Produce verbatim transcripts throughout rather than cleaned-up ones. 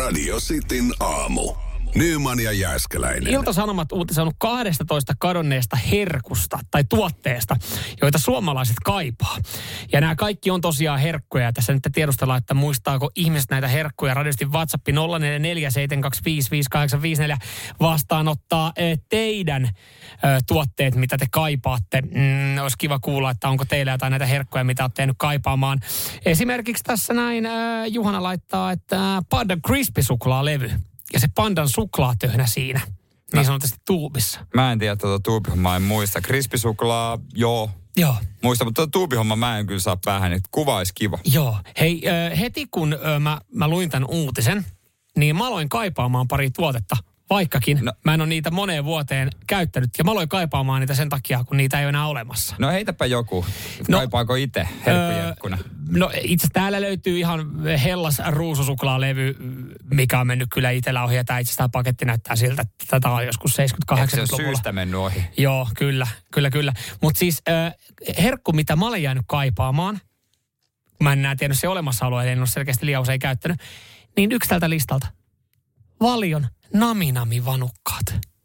Radio Cityn aamu. Nyman ja Jääskeläinen. Ilta-Sanomat uutisoinut kahdestatoista kadonneesta herkusta tai tuotteesta, joita suomalaiset kaipaa. Ja nämä kaikki on tosiaan herkkuja. Tässä nyt tiedustellaan, että muistaako ihmiset näitä herkkuja. Radiosti WhatsApp nolla neljä neljä seitsemän kaksi viisi viisi kahdeksan viisi neljä vastaanottaa teidän ö, tuotteet, mitä te kaipaatte. Mm, olisi kiva kuulla, että onko teillä jotain näitä herkkuja, mitä olette tehnyt kaipaamaan. Esimerkiksi tässä näin ö, Juhana laittaa, että Panda Crispy-suklaalevy. Ja se pandan suklaatöhnä siinä, niin sanotusti tuubissa. Mä en tiedä, tuota tuubihommaa en muista. Krispisuklaa, joo. Joo. Muista, mutta tuota tuubihomma mä en kyllä saa päähän, että kuva olisi kiva. Joo. Hei, äh, heti kun äh, mä, mä luin tämän uutisen, niin mä aloin kaipaamaan pari tuotetta. Vaikkakin no, mä en ole niitä moneen vuoteen käyttänyt. Ja mä aloin kaipaamaan niitä sen takia, kun niitä ei ole enää olemassa. No heitäpä joku. No, kaipaako itse herkkujerkkuna? Öö, no itse täällä löytyy ihan Hellas ruususuklaalevy, mikä on mennyt kyllä itsellä ohi. Ja tämä itse tämä paketti näyttää siltä, että tätä on joskus seitsemänkymmentä-kahdeksankymmentäluvulla. Eikö se ole syystä mennyt ohi? Joo, kyllä, kyllä, kyllä. Mutta siis äh, herkku, mitä mä olen jäänyt kaipaamaan, mä en enää tiennyt se olemassaoloa, eli en ole selkeästi liian usein käyttänyt, niin yksi tältä listalta. Valion Nami-Nami-vanukkaat.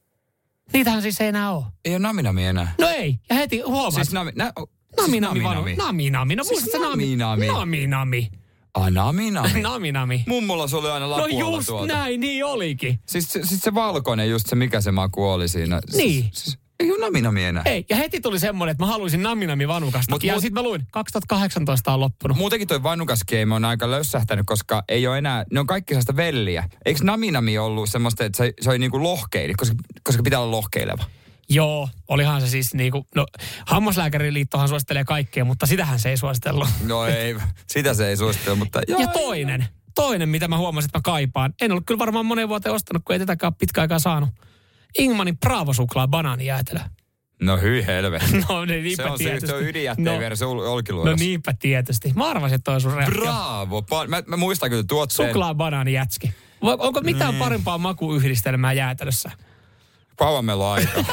Niitähän siis ei enää ole. Ei ole Nami-Nami enää. No ei. Ja heti huomaat. Siis Nami... Nä, Nami-Nami. Nami-Nami. No siis Nami-Nami. Nami-Nami. Ah, Nami-Nami. Nami-Nami. Mummolla se oli aina lapualla No just tuolta. näin, niin olikin. Siis, siis se valkoinen, just se mikä se maku oli siinä. Niin. Siis, siis, ei ole Nami-Nami enää. Ei, ja heti tuli semmoinen, että mä haluaisin Nami-Nami-vanukasta. Mut, ja mut, sitten mä luin, kaksituhattakahdeksantoista on loppunut. Muutenkin toi vanukaskeimi on aika lössähtänyt, koska ei ole enää, ne on kaikki sellaista velliä. Eikö Nami-Nami ollut semmoista, että se, se oli niinku lohkeili, koska, koska pitää olla lohkeileva? Joo, olihan se siis niinku, no Hammaslääkäriliittohan suosittelee kaikkea, mutta sitähän se ei suositellut. No ei, sitä se ei suositella, mutta joo. Ja toinen, toinen mitä mä huomasin, että mä kaipaan. En ollut kyllä varmaan moneen vuoteen ostanut, kun ei tätäkään pitkä aikaa saanut. Ingmanin Bravo-suklaa banaanijäätelö. No hyi helvetti. No niinpä se on tietysti. Se on ydinjätteen no, versio olkiluodossa. No niinpä tietysti. Mä arvasin, että toi on sun reaktio. Bravo. Mä, mä muistan kyllä tuotteen. Suklaa banaanijätski. Onko mitään mm. parempaa makuyhdistelmää jäätelössä? Kauan meillä on aika.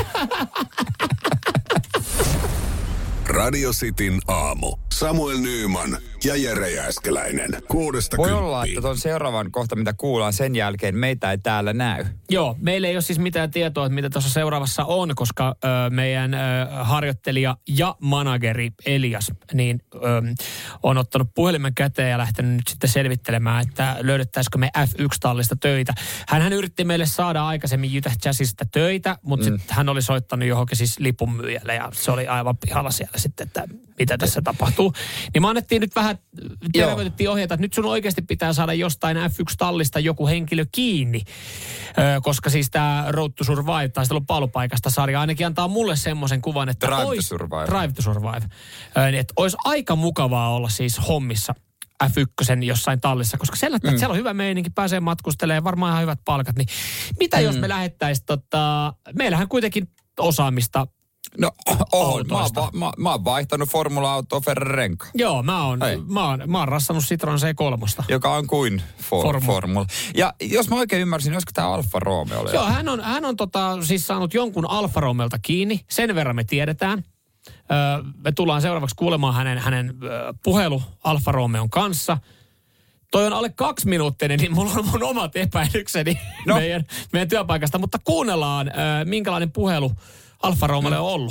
Radio Cityn aamu. Samuel Nyman ja Jere Jääskeläinen. Kuudesta Voi kymppiin. olla, että tuon seuraavan kohta, mitä kuullaan sen jälkeen, meitä ei täällä näy. Joo, meillä ei ole siis mitään tietoa, että mitä tuossa seuraavassa on, koska ö, meidän ö, harjoittelija ja manageri Elias niin, ö, on ottanut puhelimen käteen ja lähtenyt nyt sitten selvittelemään, että löydettäisikö me F yksi -tallista töitä. Hänhän yritti meille saada aikaisemmin Utah Jazzista töitä, mutta mm. sitten hän oli soittanut johonkin siis lipunmyyjälle ja se oli aivan pihalla siellä sitten, että mitä tässä tapahtuu. Niin me annettiin nyt vähän, terveytettiin ohjeita, että nyt sun oikeasti pitää saada jostain F yksi -tallista joku henkilö kiinni. Ö, koska siis tämä Road to Survive, taistelun paalupaikasta sarja, ainakin antaa mulle semmoisen kuvan, että Drive ois, to Survive. Drive to Survive. Ö, niin, että olisi aika mukavaa olla siis hommissa F yksi jossain tallissa, koska siellä, mm. siellä on hyvä meininki, pääsee matkustelemaan, varmaan ihan hyvät palkat. Niin mitä mm. jos me lähettäisiin, tota, meillähän kuitenkin osaamista. No, on. Mä, oon va- mä, mä oon vaihtanut Formula-autoa Ferrari-renkaan. Joo, mä oon, mä oon, mä oon rassannut Citroen C kolme. Joka on kuin for, Formula. Formula. Ja jos mä oikein ymmärsin, olisiko tää Alfa Romeo? Joo, hän on, hän on tota, siis saanut jonkun Alfa Romeolta kiinni. Sen verran me tiedetään. Öö, me tullaan seuraavaksi kuulemaan hänen, hänen öö, puhelu Alfa Romeon kanssa. Toi on alle kaksi minuuttinen, niin mulla on mun omat epäilykseni no. meidän, meidän työpaikasta. Mutta kuunnellaan, öö, minkälainen puhelu Alfa Romeolle on ollut.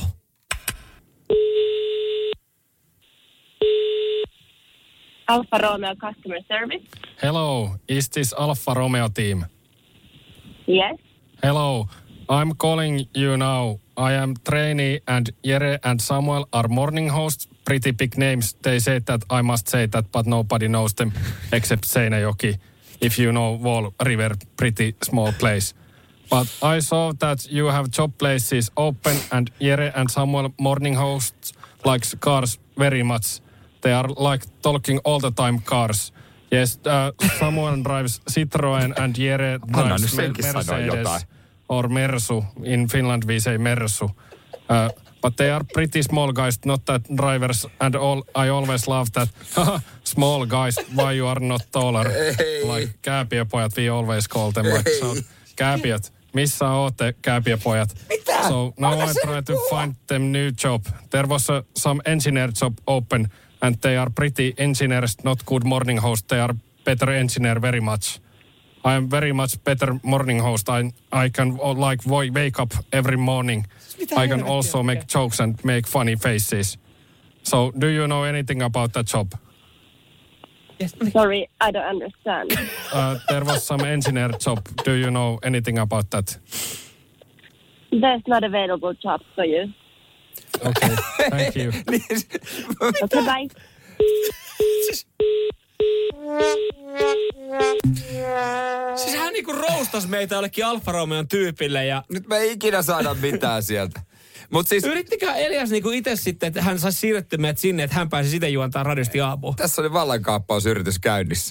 Alfa Romeo Customer Service. Hello, is this Alfa Romeo team? Yes. Hello, I'm calling you now. I am trainee and Jere and Samuel are morning hosts. Pretty big names. They say that I must say that, but nobody knows them except Seinäjoki. If you know Wall River, pretty small place. But I saw that you have job places open and Jere and Samuel morning hosts likes cars very much. They are like talking all the time cars. Yes, uh, Samuel drives Citroen and Jere drives Mercedes or Mersu. In Finland we say Mersu. Uh, but they are pretty small guys, not that drivers. And all, I always love that. Small guys, why you are not taller? Like kääpiöpojat, we always call them like so. Kääpiöt. Missä ootte, kääpiöpojat? Mitä? So now I try to find them new job. There was a, some engineer job open and they are pretty engineers, not good morning host. They are better engineer very much. I am very much better morning host. I, I can uh, like wake up every morning. I can also make jokes and make funny faces. So, do you know anything about that job? Yes. Sorry, I don't understand. Uh, there was some engineer job. Do you know anything about that? There's not available job for you. Okay, thank you. Okay, bye. Siis hän niinku roustas meitä jollekin Alfa Romeon tyypille ja... Nyt me ei ikinä saada mitään sieltä. Mut siis... Yrittikää Elias niinku itse sitten, että hän saisi siirrettyä meidät sinne, että hän pääsi sitten juontaa radiosti aamuun. Tässä oli vallankaappausyritys käynnissä.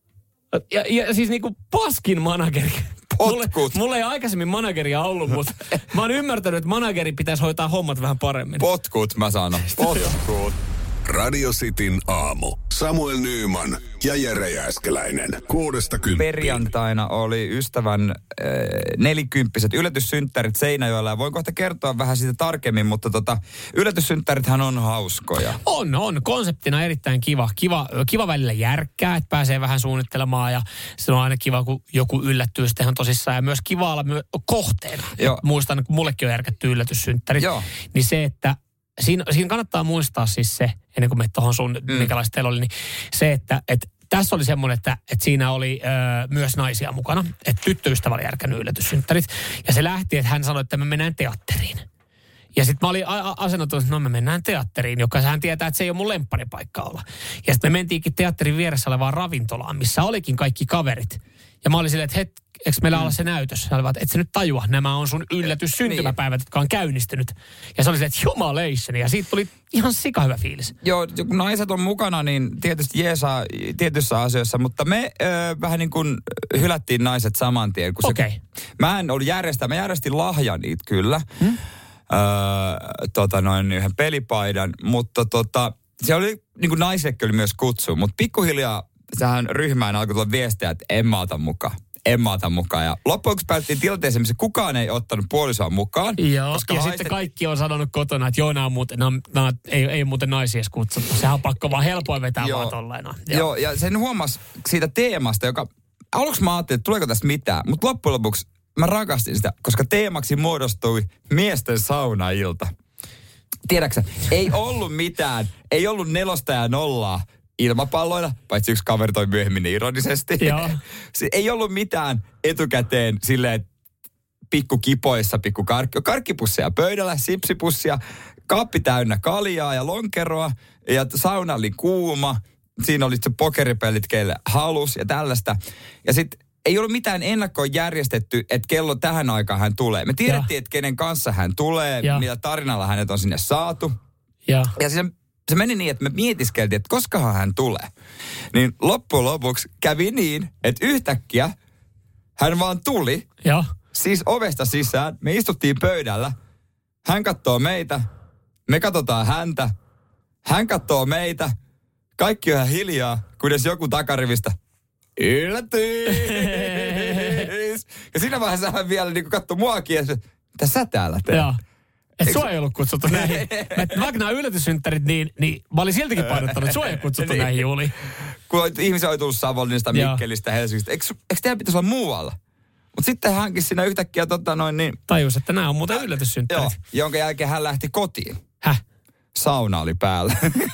Ja, ja siis niinku paskin manageri. Potkut. Mulle, mulle ei aikaisemmin manageria ollut, mutta mä oon ymmärtänyt, että manageri pitäisi hoitaa hommat vähän paremmin. Potkut, mä sanon. Potkut. Radio Cityn aamu. Samuel Nyyman ja Jere Jääskeläinen. Kuudesta kymppiin. Perjantaina oli ystävän äh, nelikymppiset yllätyssynttärit Seinäjoella. Ja voin kohta kertoa vähän siitä tarkemmin, mutta tota, yllätyssynttärithän on hauskoja. On, on. Konseptina erittäin kiva. Kiva, kiva välillä järkkää, että pääsee vähän suunnittelemaan ja se on aina kiva, kun joku yllättyy sitten ihan tosissaan. Ja myös kiva olla myö- kohteena. Muistan, kun mullekin on järkätty yllätyssynttärit. Joo. Niin se, että Siinä, siinä kannattaa muistaa siis se, ennen kuin me tuohon sun, mm. minkälaista teillä oli, niin se, että et, tässä oli semmoinen, että et siinä oli ö, myös naisia mukana. Että tyttöystävä oli järkännyt yllätyssynttärit. Ja se lähti, että hän sanoi, että me mennään teatteriin. Ja sitten mä olin asennoitunut, että no me mennään teatteriin, joka hän tietää, että se ei ole mun lempparipaikka olla. Ja sitten me mentiinkin teatterin vieressä olevaan ravintolaan, missä olikin kaikki kaverit. Ja mä olin silleen, että het, eikö meillä mm. olla se näytös? Hän oli, että et sä nyt tajua, nämä on sun yllätyssyntymäpäivät, jotka on käynnistynyt. Ja se oli silleen, että jumalation. Ja siitä tuli ihan sika hyvä fiilis. Joo, kun naiset on mukana, niin tietysti jeesaa tietyissä asioissa, mutta me ö, vähän niin kuin hylättiin naiset saman tien. Okei. Okay. Mä en ollut järjestää, mä järjestin lahjan niitä kyllä. Hmm? Öö, tota noin yhden pelipaidan, mutta tota, se oli, niin kuin naisillekin oli myös kutsu, mutta pikkuhiljaa tähän ryhmään alkoi tulla viestejä, että en mä ota mukaan. En mä ota mukaan. Ja loppujen päättiin tilanteeseen, missä kukaan ei ottanut puolisoa mukaan. Joo, koska ja haistet... sitten kaikki on sanonut kotona, että joo, nämä on muuten, nämä, nämä, ei, ei muuten naisia edes kutsuttu. Sehän on pakko vaan helpoin vetää joo, vaan tolleen. Joo. joo, ja sen huomasi siitä teemasta, joka aluksi mä ajattelin, että tuleeko tästä mitään, mutta loppujen lopuksi mä rakastin sitä, koska teemaksi muodostui miesten saunailta. Tiedäksä, ei ollut mitään, ei ollut nelosta ja nollaa ilmapalloilla, paitsi yksi kaveri toi myöhemmin ironisesti. Joo. Se ei ollut mitään etukäteen silleen pikku kipoissa, pikku karkki, karkkipusseja pöydällä, sipsipussia, kaappi täynnä kaljaa ja lonkeroa ja sauna oli kuuma. Siinä oli se pokeripelit, keille halus ja tällaista. Ja sitten ei ollut mitään ennakkoon järjestetty, että kello tähän aikaan hän tulee. Me tiedettiin, että kenen kanssa hän tulee, ja millä tarinalla hänet on sinne saatu. Ja, ja siis se meni niin, että me mietiskeltiin, että koskahan hän tulee. Niin loppujen lopuksi kävi niin, että yhtäkkiä hän vaan tuli. Ja. Siis ovesta sisään. Me istuttiin pöydällä. Hän katsoo meitä. Me katsotaan häntä. Hän katsoo meitä. Kaikki on ihan hiljaa, kunnes joku takarivistä. Yllätys! Ja siinä vaiheessa hän vielä niin katsoi muakin ja se, mitä sä täällä teet? Joo. Että sua ei ollut kutsuttu näihin. Mä, vaikka nämä yllätyssynttärit, niin, niin mä olin siltikin painottanut, että sua ei kutsuttu niin. näihin juhliin. Kun ihmisiä oli tullut Savonlinnasta, Mikkelistä, Helsingistä. Eikö, eikö teidän pitäisi olla muualla? Mutta sitten hänkin siinä yhtäkkiä tota noin niin... Tajus, että nämä on muuten yllätyssynttärit. Joo, jonka jälkeen hän lähti kotiin. Häh? Sauna oli päällä.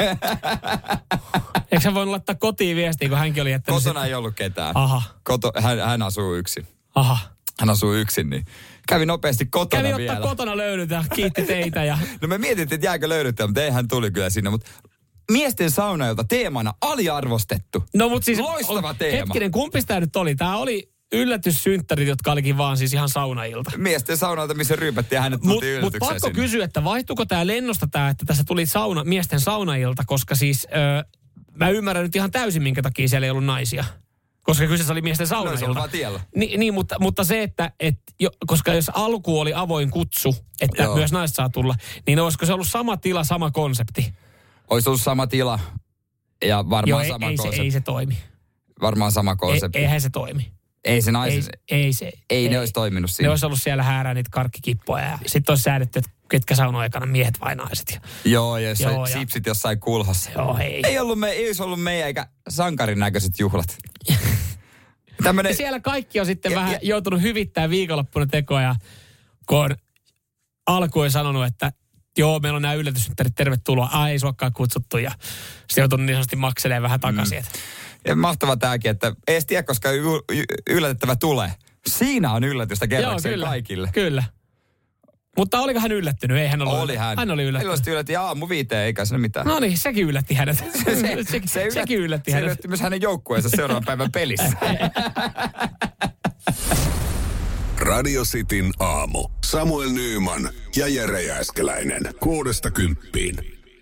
Eikö hän voinut laittaa kotiin viestiä, kun hänkin oli jättänyt... Kotona sit... ei ollut ketään. Aha. Koto, hän, hän asuu yksin. Aha. Hän asuu yksin, niin kävi nopeasti kotona kävi vielä. Kävi ottaa kotona löydytä, kiitti teitä ja... No me mietittiin, että jääkö löydyttää, mutta ei hän tuli kyllä sinne. Mutta miesten saunailta teemana aliarvostettu. No mutta siis... Loistava teema. Hetkinen, kumpis tää nyt oli? Tää oli yllätyssynttärit, jotka olikin vaan siis ihan saunailta. Miesten saunalta, missä ryypättiin ja hänet tultiin yllätykseen. Mutta pakko sinne. Kysyä, että vaihtuiko tää lennosta tää, että tässä tuli sauna, miesten saunailta, koska siis... Öö, mä ymmärrän nyt ihan täysin, minkä takia siellä ei ollut naisia. Koska kyseessä oli miesten saunailta. No, se Ni, niin, mutta, mutta se, että et, jo, koska jos alku oli avoin kutsu, että joo. myös naiset saa tulla, niin olisiko se ollut sama tila, sama konsepti? Olisi ollut sama tila ja varmaan joo, sama ei, konsepti. Se, ei se toimi. Varmaan sama konsepti. Ei, eihän se toimi. Ei se naiset. Ei, ei se. Ei, ei ne olisi toiminut siinä. Ne olisi ollut siellä häärää niitä karkkikippoja ja sitten olisi säädetty, että ketkä saunon aikana miehet vai naiset. Ja, joo, ja joo, sipsit jossain kulhassa. Joo, ei. Ei ollut me, ei olisi ollut meidän eikä sankarin näköiset juhlat. Tämmönen... Ja siellä kaikki on sitten Ja- vähän ja- joutunut hyvittämään viikonloppuna tekoja, kun on alkuun sanonut, että joo, meillä on nämä yllätysynttärit, tervetuloa. Ai, ei suokkaan kutsuttu ja sitten joutunut niin sanotusti makselemaan vähän takaisin. Mm. Ja mahtava tääkin, että ei edes tiedä, koska y- y- yllätettävä tulee. Siinä on yllätystä Joo, kerrakseen kyllä, kaikille. kyllä. Mutta oliko hän yllättynyt? Ei hän ollut. Oli hän. Hän oli yllättynyt. Iloisesti yllätti aamu viiteen, eikä siinä mitään. No niin, sekin yllätti hänet. se, se, se, yllätti, sekin yllätti se hänet. yllätti myös hänen joukkueensa seuraavan päivän pelissä. Radio Cityn aamu. Samuel Nyyman ja Jere Jääskeläinen. Kuudesta kymppiin.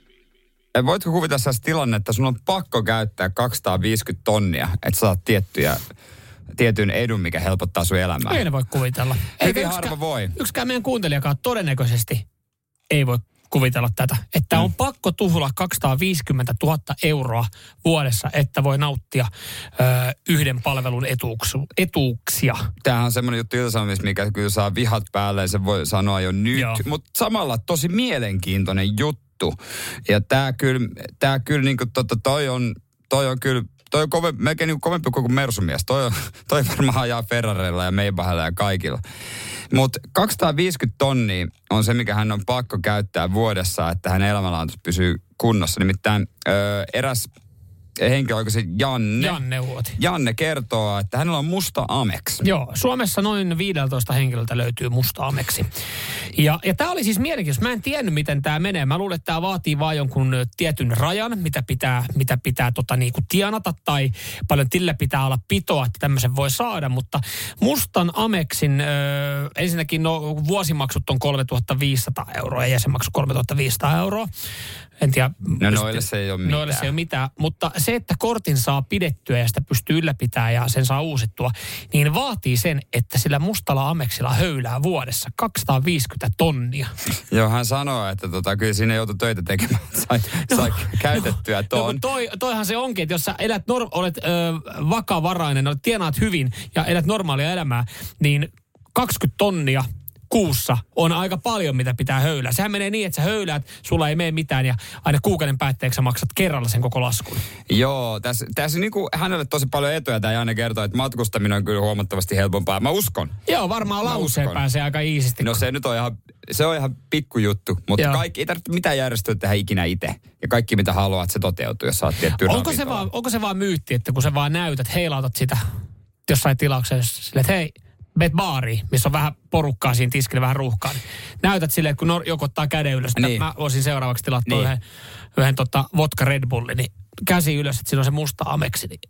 Voitko kuvitella sellaista tilannetta, että sun on pakko käyttää kaksisataaviisikymmentä tonnia, että saat tiettyjä, tietyn edun, mikä helpottaa sun elämää? Ei ne voi kuvitella. Hyvin harva voi. Yksikään meidän kuuntelijakaan todennäköisesti ei voi kuvitella tätä. Että on mm. pakko tuhlaa kaksisataaviisikymmentätuhatta euroa vuodessa, että voi nauttia ö, yhden palvelun etuuksu, etuuksia. Tämähän on semmoinen juttu Ilta-Sanomissa, mikä kyllä saa vihat päälle, se voi sanoa jo nyt. Mutta samalla tosi mielenkiintoinen juttu. Ja tämä kyllä, tää kyllä niinku tota, toi on, toi on kyllä, toi on kove, melkein niinku kovempi kuin Mersumies. Toi, on, toi varmaan ajaa Ferrarilla ja Maybachilla ja kaikilla. Mutta kaksisataaviisikymmentä tonnia on se, mikä hän on pakko käyttää vuodessa, että hänen elämänlaatuisi pysyy kunnossa. Nimittäin öö, eräs henkilö, oliko se Janne? Janne Vuoti. Janne kertoo, että hänellä on musta Amex. Joo, Suomessa noin viisitoista henkilöltä löytyy musta Ameksi. Ja, ja tämä oli siis mielenkiintoista. Mä en tiennyt, miten tämä menee. Mä luulen, että tämä vaatii vaan jonkun tietyn rajan, mitä pitää, mitä pitää tota niinku tienata tai paljon tillä pitää olla pitoa, että tämmöisen voi saada. Mutta mustan Amexin ö, ensinnäkin no, vuosimaksut on kolmetuhattaviisisataa euroa ja jäsenmaksu kolmetuhattaviisisataa euroa. En tiedä. No noille se ei ole mitään. Noille se ei ole mitään, mutta se, että kortin saa pidettyä ja sitä pystyy ylläpitämään ja sen saa uusittua, niin vaatii sen, että sillä mustalla Amexilla höylää vuodessa kaksisataaviisikymmentä tonnia. Joo, hän sanoo, että tota, kyllä siinä joutui töitä tekemään, sai, sai käytettyä ton. No, toi, toihan se onkin, että jos sä elät norm- olet ö, vakavarainen, olet tienaat hyvin ja elät normaalia elämää, niin kaksikymmentä tonnia kuussa on aika paljon, mitä pitää höylää. Sehän menee niin, että sä höyläät, sulla ei mene mitään ja aina kuukauden päätteeksi sä maksat kerralla sen koko laskun. Joo, tässä, tässä niinku hänelle tosi paljon etuja. Tämä Janne kertoo, että matkustaminen on kyllä huomattavasti helpompaa. Mä uskon. Joo, varmaan lauseen pääsee aika iisisti. No se nyt on ihan, se on ihan pikkujuttu, mutta Joo. kaikki, ei tarvitse mitään järjestöä tehdä ikinä itse. Ja kaikki mitä haluat, se toteutuu, jos saat tiettyä onko se, vaan, onko se vaan myytti, että kun sä vaan näytät, heilautat sitä jossain tilauksessa silleen, että hei, meet baariin, missä on vähän porukkaa siinä tiskillä, vähän ruuhkaa. Niin näytät silleen, että kun joku ottaa käden ylös, että niin. mä voisin seuraavaksi tilata niin. yhden, yhden tota vodka Red Bullin, niin käsi ylös, että siinä on se musta Amexi. Niin.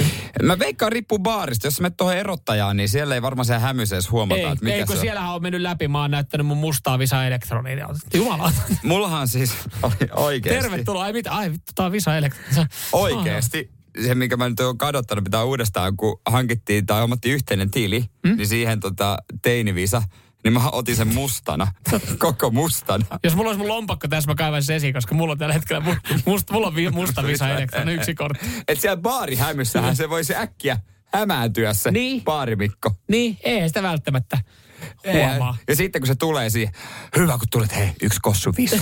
Mä veikkaan riippuu baarista. Jos sä menet tuohon erottajaan, niin siellä ei varmaan se hämyseessä huomata, Ei, että mikä ei kun se on. siellähän on mennyt läpi. Mä oon näyttänyt mun mustaa Visa Elektroniin. Jumala. Mullahan siis oli oikeesti. Tervetuloa. Ei mitään. Ai vittu, tää on Visa Elektroniin. Oikeesti. Se, minkä mä nyt oon kadottanut, pitää uudestaan, kun hankittiin tai hommattiin yhteinen tili, hmm? niin siihen tota, teinivisa, niin mä otin sen mustana, koko mustana. Jos mulla olisi mun lompakko tässä, mä kaivaisin sen esiin, koska mulla on tällä hetkellä, musta, mulla on vi, musta Visa Elektroniin yksi kortti. Et siellä baarihämyssähän se voisi äkkiä hämääntyä se niin. baarimikko. Niin, ei sitä välttämättä huomaa. Ja sitten kun se tulee siihen, hyvä kun tulet, hei, yksi kossu viisi.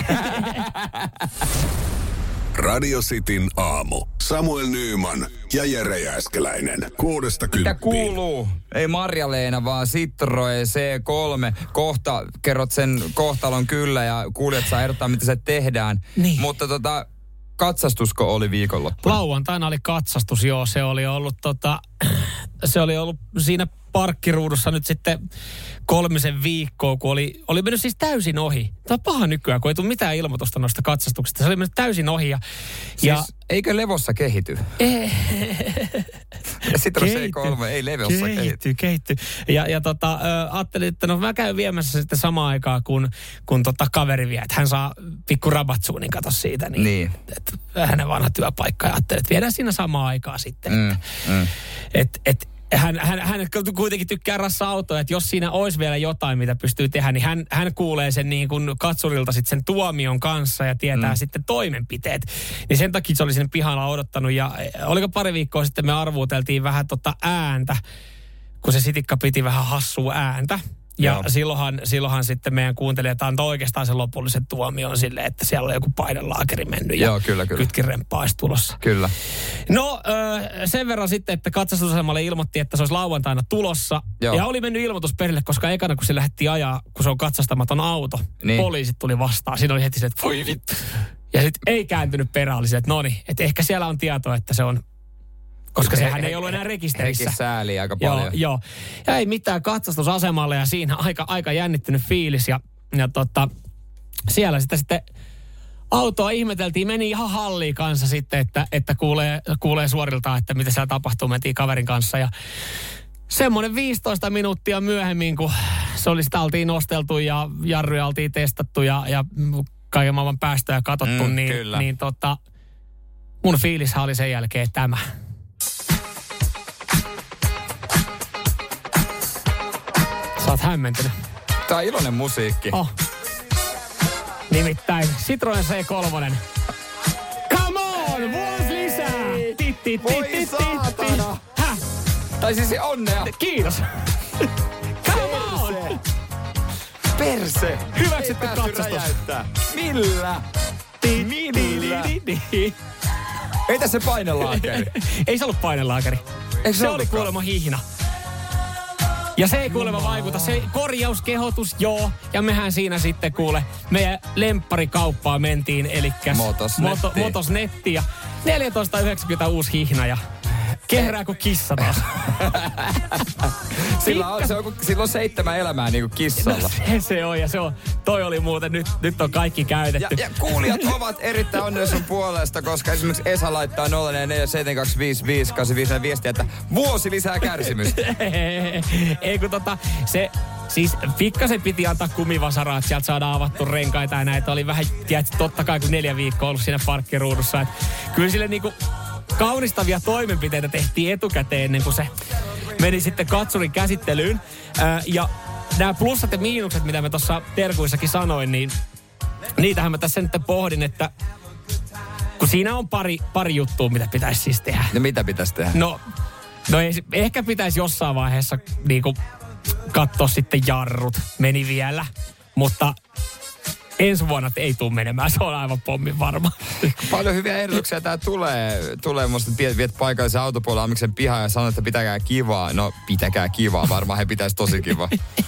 Radio Cityn aamu. Samuel Nyyman ja Jere Jääskeläinen. Kuudesta Mitä kymppiin. kuuluu? Ei Marja-Leena, vaan Citroen C kolme. Kohta kerrot sen kohtalon kyllä ja kuulijat saa ehdottaa, mitä se tehdään. Niin. Mutta tota, katsastusko oli viikonloppu? Lauantaina oli katsastus, joo. Se oli ollut, tota, se oli ollut siinä parkkiruudussa nyt sitten kolmisen viikkoa, kun oli, oli mennyt siis täysin ohi. Tämä on paha nykyään, kun ei tule mitään ilmoitusta noista katsastuksista. Se oli mennyt täysin ohi. Ja, Siis ja eikö levossa kehity? Citroen C kolme ei levossa kehity. Kehittyy, kehittyy. Ja, ja tota, ö, ajattelin, että no mä käyn viemässä sitten samaan aikaan, kun, kun tota kaveri vie. Että hän saa pikku rabatsuunin, kato siitä. Niin, Niin. Että hänen vanha työpaikka. Ja ajattelin, että viedään siinä samaan aikaan sitten. Mm, mm. Että et, hän, hän, hän kuitenkin tykkää rassaa autoa, että jos siinä olisi vielä jotain, mitä pystyy tehdä, niin hän, hän kuulee sen niin kuin katsurilta sitten sen tuomion kanssa ja tietää mm. sitten toimenpiteet. Niin sen takia se oli sinne pihalla odottanut ja oliko pari viikkoa sitten me arvuuteltiin vähän tota ääntä, kun se sitikka piti vähän hassua ääntä. Ja Joo. silloinhan, silloinhan sitten meidän kuuntelijat antoi oikeastaan sen lopullisen tuomion silleen, että siellä oli joku painelaakeri mennyt ja Joo, kyllä, kyllä. kytkiremppaa olisi tulossa. Kyllä. No sen verran sitten, että katsastusasemalle ilmoitti, että se olisi lauantaina tulossa. Joo. Ja oli mennyt ilmoitus perille, koska ekana kun se lähti ajaa, kun se on katsastamaton auto, Niin. poliisit tuli vastaan. Siinä oli heti se, että voi vittu. Ja sitten ei kääntynyt perään, oli se, että no niin, että ehkä siellä on tietoa, että se on, koska sehän ei ollut enää rekisterissä. Hekin sääli aika paljon. Joo, joo. Ja ei mitään katsastusasemalle ja siinä aika, aika jännittynyt fiilis ja, ja tota, siellä sitä sitten autoa ihmeteltiin, meni ihan halliin kanssa sitten, että, että kuulee, kuulee suoriltaan, että mitä siellä tapahtuu, mentiin kaverin kanssa ja semmoinen viisitoista minuuttia myöhemmin, kun se oli sitä oltiin nosteltu ja jarruja oltiin testattu ja, ja kaiken maailman päästöjä katsottu, Mm, niin, kyllä. niin tota, mun fiilishän oli sen jälkeen tämä. Sä oot hämmentynyt. Tää on iloinen musiikki. Oh. Nimittäin Citroen C kolme. Come on, vuosi lisää! Tit, tit, tit, Voi tit, tit, saatana. tit. Häh? Tai siis onnea. Kiitos. Come on! Perse. Hyväksytty Ei päästy katsastus. räjäyttää. Millä? Tit, Millä? tit, tit, tit. Ei tässä painelaakeri. Ei se ollut painelaakeri. Eikö Se oli ollutkaan? kuulemma hihna. Ja se ei kuulemma vaikuta. Se korjauskehotus, joo. Ja mehän siinä sitten kuule, meidän lempparikauppaa mentiin, elikkäs Motosnetti. Moto, Motosnetti ja neljätoista yhdeksänkymmentä uusi hihna ja kehrää kuin kissa taas. Sillä on, se on, sillä on seitsemän elämää niin kuin kissalla. No se, se on ja se on, toi oli muuten, nyt, nyt on kaikki Ja, käytetty. ja kuulijat ovat erittäin onnellisia sun puolesta, koska esimerkiksi Esa laittaa nolla neljä neljä seitsemän kaksi viisi viisi kahdeksan viisi viestiä, että vuosi lisää kärsimystä. Ei kun tota, se siis pikkasen piti antaa kumivasaraa, että sieltä saadaan avattu renkaita ja näitä oli vähän, tiedätkö, totta kai kun neljä viikkoa ollut siinä parkkiruudussa. Että kyllä sille niinku kaunistavia toimenpiteitä tehtiin etukäteen ennen kuin se meni sitten katsurin käsittelyyn. Ää, ja nämä plussat ja miinukset, mitä mä tuossa terkuissakin sanoin, niin niitähän mä tässä nyt pohdin, että kun siinä on pari, pari juttua, mitä pitäisi siis tehdä. No mitä pitäisi tehdä? No, no ei, ehkä pitäisi jossain vaiheessa niinku katsoa sitten jarrut. Meni vielä, mutta ensi vuonna ei tule menemään. Se on aivan pommin varma. Paljon hyviä ehdotuksia tää tulee. Tulee musta viet, viet paikallisen autopuolella amiksen pihaan ja sanoo, että pitäkää kivaa. No pitäkää kivaa. Varmaan he pitäisi tosi kivaa.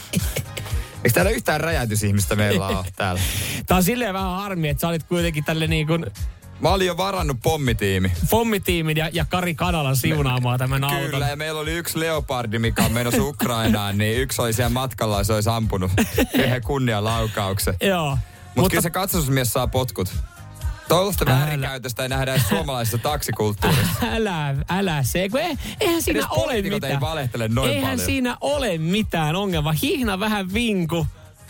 Eikö täällä yhtään räjäytysihmistä meillä ole täällä? Tää on silleen vähän harmi, että sä olit kuitenkin tälle niin kuin Mä olin jo varannut pommitiimi. pommitiimin ja, ja Kari Kanalan siunaamaan tämän auton. Kyllä, ja meillä oli yksi Leopardi, mikä on menossa Ukrainaan, niin yksi oli siellä matkalla ja se olisi ampunut yhden kunnianlaukauksen. Joo. Mut Mutta kyllä se katsastusmies saa potkut. Tuollaista väärinkäytöstä ei nähdä edes suomalaisessa taksikulttuurissa. älä, älä se, kun ei, eihän siinä Edes ole poliitikot mitään. ei valehtele noin eihän paljon. siinä ole mitään ongelmaa. Hihna vähän vinku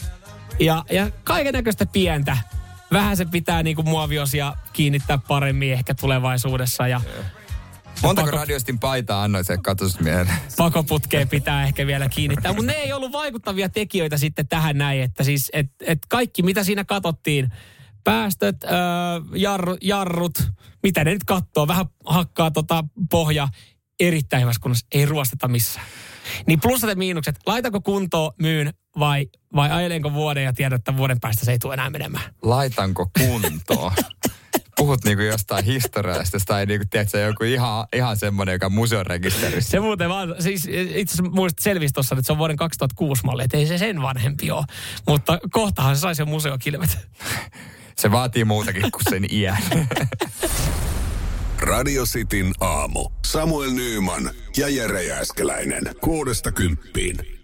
ja, ja kaiken näköistä pientä. Vähän se pitää niinku muoviosia kiinnittää paremmin ehkä tulevaisuudessa ja Montako Pako- radiostin paitaa annoit sen katsastusmiehelle? pakoputkeen pitää ehkä vielä kiinnittää. Mutta ne ei ollut vaikuttavia tekijöitä sitten tähän näin, että siis et, et kaikki mitä siinä katsottiin, päästöt, öö, jarru, jarrut, mitä ne nyt katsoo, vähän hakkaa tota pohja erittäin hyvässä kunnossa, ei ruosteta missään. Niin plussat ja miinukset, laitanko kuntoon, myyn vai, vai ajelenko vuoden ja tiedän, että vuoden päästä se ei tule enää menemään. Laitanko kuntoon? Puhut niinku jostain historiasta tai niinku, tiedätkö, joku ihan, ihan semmoinen, joka on museon rekisterissä. Se muuten vaan, siis itse asiassa muistat selvisi tuossa, että se on vuoden kaksituhattakuusi malli, että ei se sen vanhempi ole. Mutta kohtahan se saisi jo museokilvet. Se vaatii muutakin kuin sen iän. Radio Cityn aamu. Samuel Nyyman ja Jere Jääskeläinen. Kuudesta kymppiin.